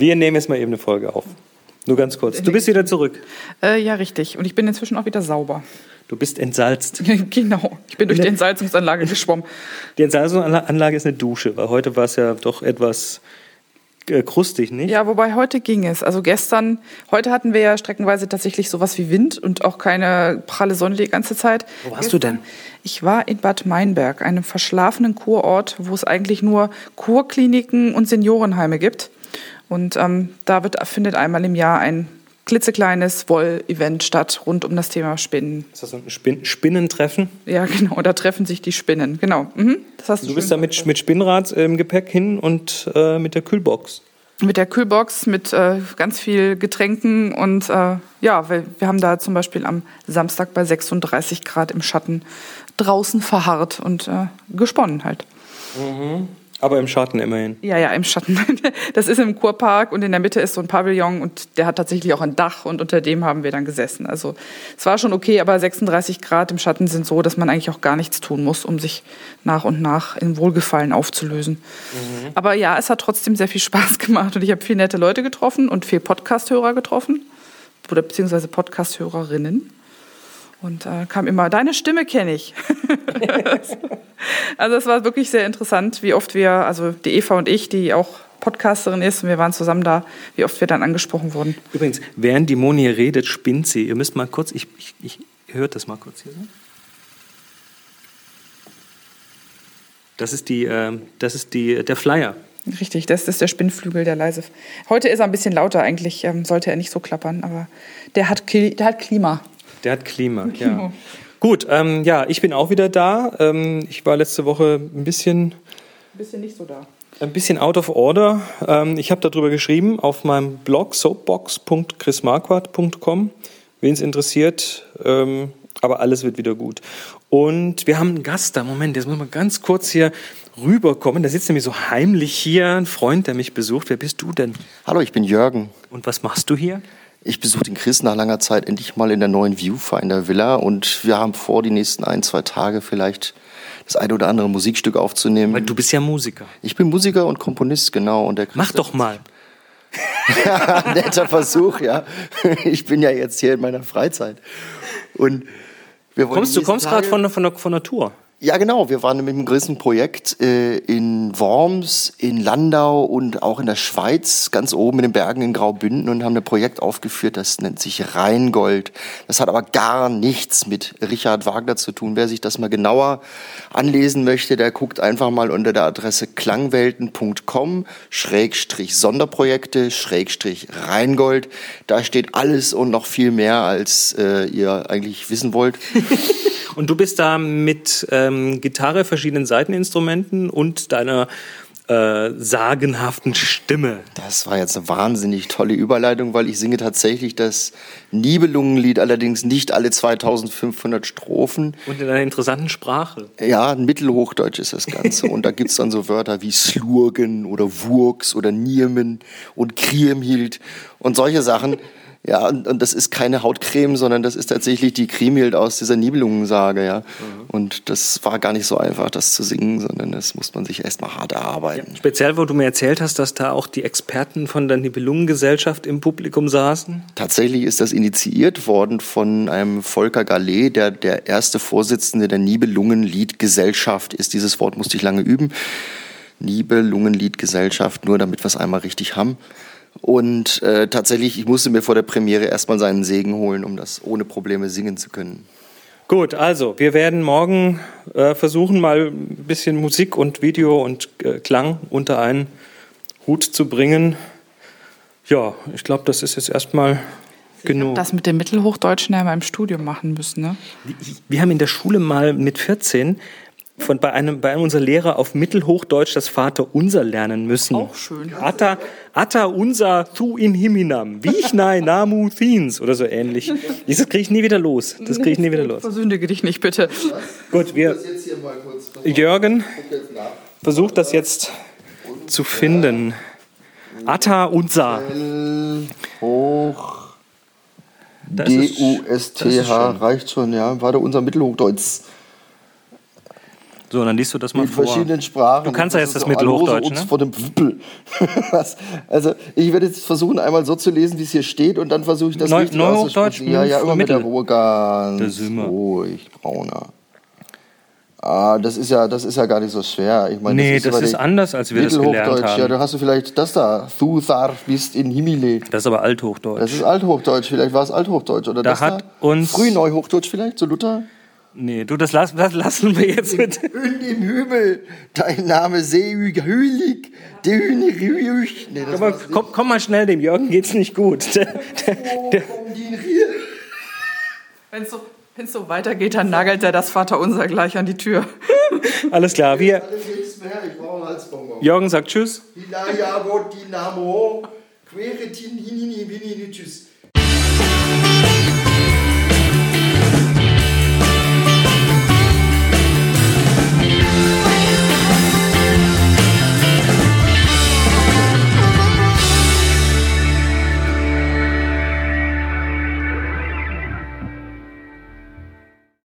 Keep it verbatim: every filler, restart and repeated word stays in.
Wir nehmen jetzt mal eben eine Folge auf. Nur ganz kurz. Du bist wieder zurück. Äh, ja, richtig. Und ich bin inzwischen auch wieder sauber. Du bist entsalzt. Genau. Ich bin durch die Entsalzungsanlage geschwommen. Die Entsalzungsanlage ist eine Dusche, weil heute war es ja doch etwas äh, krustig, nicht? Ja, wobei heute ging es. Also gestern, heute hatten wir ja streckenweise tatsächlich sowas wie Wind und auch keine pralle Sonne die ganze Zeit. Wo warst du denn? Ich war in Bad Meinberg, einem verschlafenen Kurort, wo es eigentlich nur Kurkliniken und Seniorenheime gibt. Und ähm, da wird, findet einmal im Jahr ein klitzekleines Woll-Event statt, rund um das Thema Spinnen. Ist das so ein Spin- Spinnentreffen? Ja, genau, da treffen sich die Spinnen. Genau. Mhm, das hast du du bist da mit, mit Spinnrad im Gepäck hin und äh, mit der Kühlbox. Mit der Kühlbox, mit äh, ganz viel Getränken und äh, ja, wir, wir haben da zum Beispiel am Samstag bei sechsunddreißig Grad im Schatten draußen verharrt und äh, gesponnen halt. Mhm. Aber im Schatten immerhin. Ja, ja, im Schatten. Das ist im Kurpark und in der Mitte ist so ein Pavillon und der hat tatsächlich auch ein Dach und unter dem haben wir dann gesessen. Also es war schon okay, aber sechsunddreißig Grad im Schatten sind so, dass man eigentlich auch gar nichts tun muss, um sich nach und nach in Wohlgefallen aufzulösen. Mhm. Aber ja, es hat trotzdem sehr viel Spaß gemacht und ich habe viele nette Leute getroffen und viel Podcast-Hörer getroffen oder beziehungsweise Podcast-Hörerinnen. Und äh, kam immer, deine Stimme kenne ich. Also es war wirklich sehr interessant, wie oft wir, also die Eva und ich, die auch Podcasterin ist, und wir waren zusammen da, wie oft wir dann angesprochen wurden. Übrigens, während die Moni redet, spinnt sie. Ihr müsst mal kurz, ich, ich, ich hört das mal kurz hier so. Das ist, die, äh, das ist die, der Flyer. Richtig, das ist der Spinnflügel, der leise. Heute ist er ein bisschen lauter, eigentlich ähm, sollte er nicht so klappern, aber der hat, der hat Klima. Der hat Klima, ja. Gut, ähm, ja, ich bin auch wieder da. Ähm, ich war letzte Woche ein bisschen... Ein bisschen nicht so da. Ein bisschen out of order. Ähm, ich habe darüber geschrieben auf meinem Blog soapbox punkt chris marquardt punkt com, wen es interessiert. Ähm, aber alles wird wieder gut. Und wir haben einen Gast da. Moment, jetzt muss man ganz kurz hier rüberkommen. Da sitzt nämlich so heimlich hier ein Freund, der mich besucht. Wer bist du denn? Hallo, ich bin Jürgen. Und was machst du hier? Ich besuche den Chris nach langer Zeit endlich mal in der neuen Viewfinder Villa und wir haben vor, die nächsten ein, zwei Tage vielleicht das eine oder andere Musikstück aufzunehmen. Weil du bist ja Musiker. Ich bin Musiker und Komponist, genau. Und der Chris, mach doch mal. Netter Versuch, ja. Ich bin ja jetzt hier in meiner Freizeit. Und wir wollen kommst, du kommst gerade von, von, von der Tour. Ja, genau. Wir waren mit einem größeren Projekt äh, in Worms, in Landau und auch in der Schweiz, ganz oben in den Bergen in Graubünden und haben ein Projekt aufgeführt, das nennt sich Rheingold. Das hat aber gar nichts mit Richard Wagner zu tun. Wer sich das mal genauer anlesen möchte, der guckt einfach mal unter der Adresse klangwelten punkt com Schrägstrich Sonderprojekte Schrägstrich Rheingold. Da steht alles und noch viel mehr, als äh, ihr eigentlich wissen wollt. Und du bist da mit ähm, Gitarre, verschiedenen Saiteninstrumenten und deiner äh, sagenhaften Stimme. Das war jetzt eine wahnsinnig tolle Überleitung, weil ich singe tatsächlich das Nibelungenlied, allerdings nicht alle zweitausendfünfhundert Strophen. Und in einer interessanten Sprache. Ja, Mittelhochdeutsch ist das Ganze. Und da gibt's dann so Wörter wie Slurgen oder Wurks oder Niermen und Kriemhild und solche Sachen. Ja, und, und das ist keine Hautcreme, sondern das ist tatsächlich die Kriemhild aus dieser Nibelungensage, ja. Mhm. Und das war gar nicht so einfach, das zu singen, sondern das muss man sich erst mal hart erarbeiten. Ja, speziell, wo du mir erzählt hast, dass da auch die Experten von der Nibelungengesellschaft im Publikum saßen? Tatsächlich ist das initiiert worden von einem Volker Gallet, der der erste Vorsitzende der Nibelungenliedgesellschaft ist. Dieses Wort musste ich lange üben. Nibelungenliedgesellschaft, nur damit wir es einmal richtig haben. Und äh, tatsächlich, ich musste mir vor der Premiere erstmal seinen Segen holen, um das ohne Probleme singen zu können. Gut, also wir werden morgen äh, versuchen, mal ein bisschen Musik und Video und äh, Klang unter einen Hut zu bringen. Ja, ich glaube, das ist jetzt erstmal genug. Das mit dem Mittelhochdeutschen ja mal im Studium machen müssen, ne? Wir haben in der Schule mal mit vierzehn von bei einem bei einem unserer Lehrer auf Mittelhochdeutsch das Vaterunser lernen müssen. Auch schön. Atta, atta unser thu in himinam, vichnai namu thins oder so ähnlich. Das kriege ich nie wieder los. Das kriege ich nie wieder los. Versündige dich nicht, bitte. Gut, wir Jürgen versucht das jetzt zu finden. Atta unser. Hoch. D U S T H reicht schon, ja. Warte, unser Mittelhochdeutsch. So, und dann liest du das mal mit vor. verschiedenen Sprachen. Du kannst ja jetzt das ist auch Mittelhochdeutsch, Alose uns ne? vor dem Wippel. Was? Also ich werde jetzt versuchen, einmal so zu lesen, wie es hier steht, und dann versuche ich das Neu- richtig Neuhochdeutsch, auszusprechen. Ja, ja, immer mit der Mittel. Ruhe, ganz Da sind wir. ruhig, Brauner. Ah, das ist ja, das ist ja gar nicht so schwer. Ich meine, Nee, das das ist, ist anders, als wir das gelernt Mittelhochdeutsch. Ja, haben. da hast du vielleicht das da. Du thar bist in Himmele. Das ist aber Althochdeutsch. Das ist Althochdeutsch. Vielleicht war es Althochdeutsch oder Da das hat da. uns- Frühneuhochdeutsch vielleicht, so Luther. Nee, du, das, lass, das lassen wir jetzt mit. Und im Himmel, dein Name Seehüge Hülig, der Hünig. Nee, das Aber komm, komm mal schnell, dem Jürgen geht's nicht gut. Der, der, der, Wenn es so, wenn's so weitergeht, dann nagelt er das Vaterunser gleich an die Tür. alles klar, wir. Ich brauche einen Halsbonbon. Jürgen sagt Tschüss. Hilaya Gott Dynamo, Queretin Hinini Tschüss.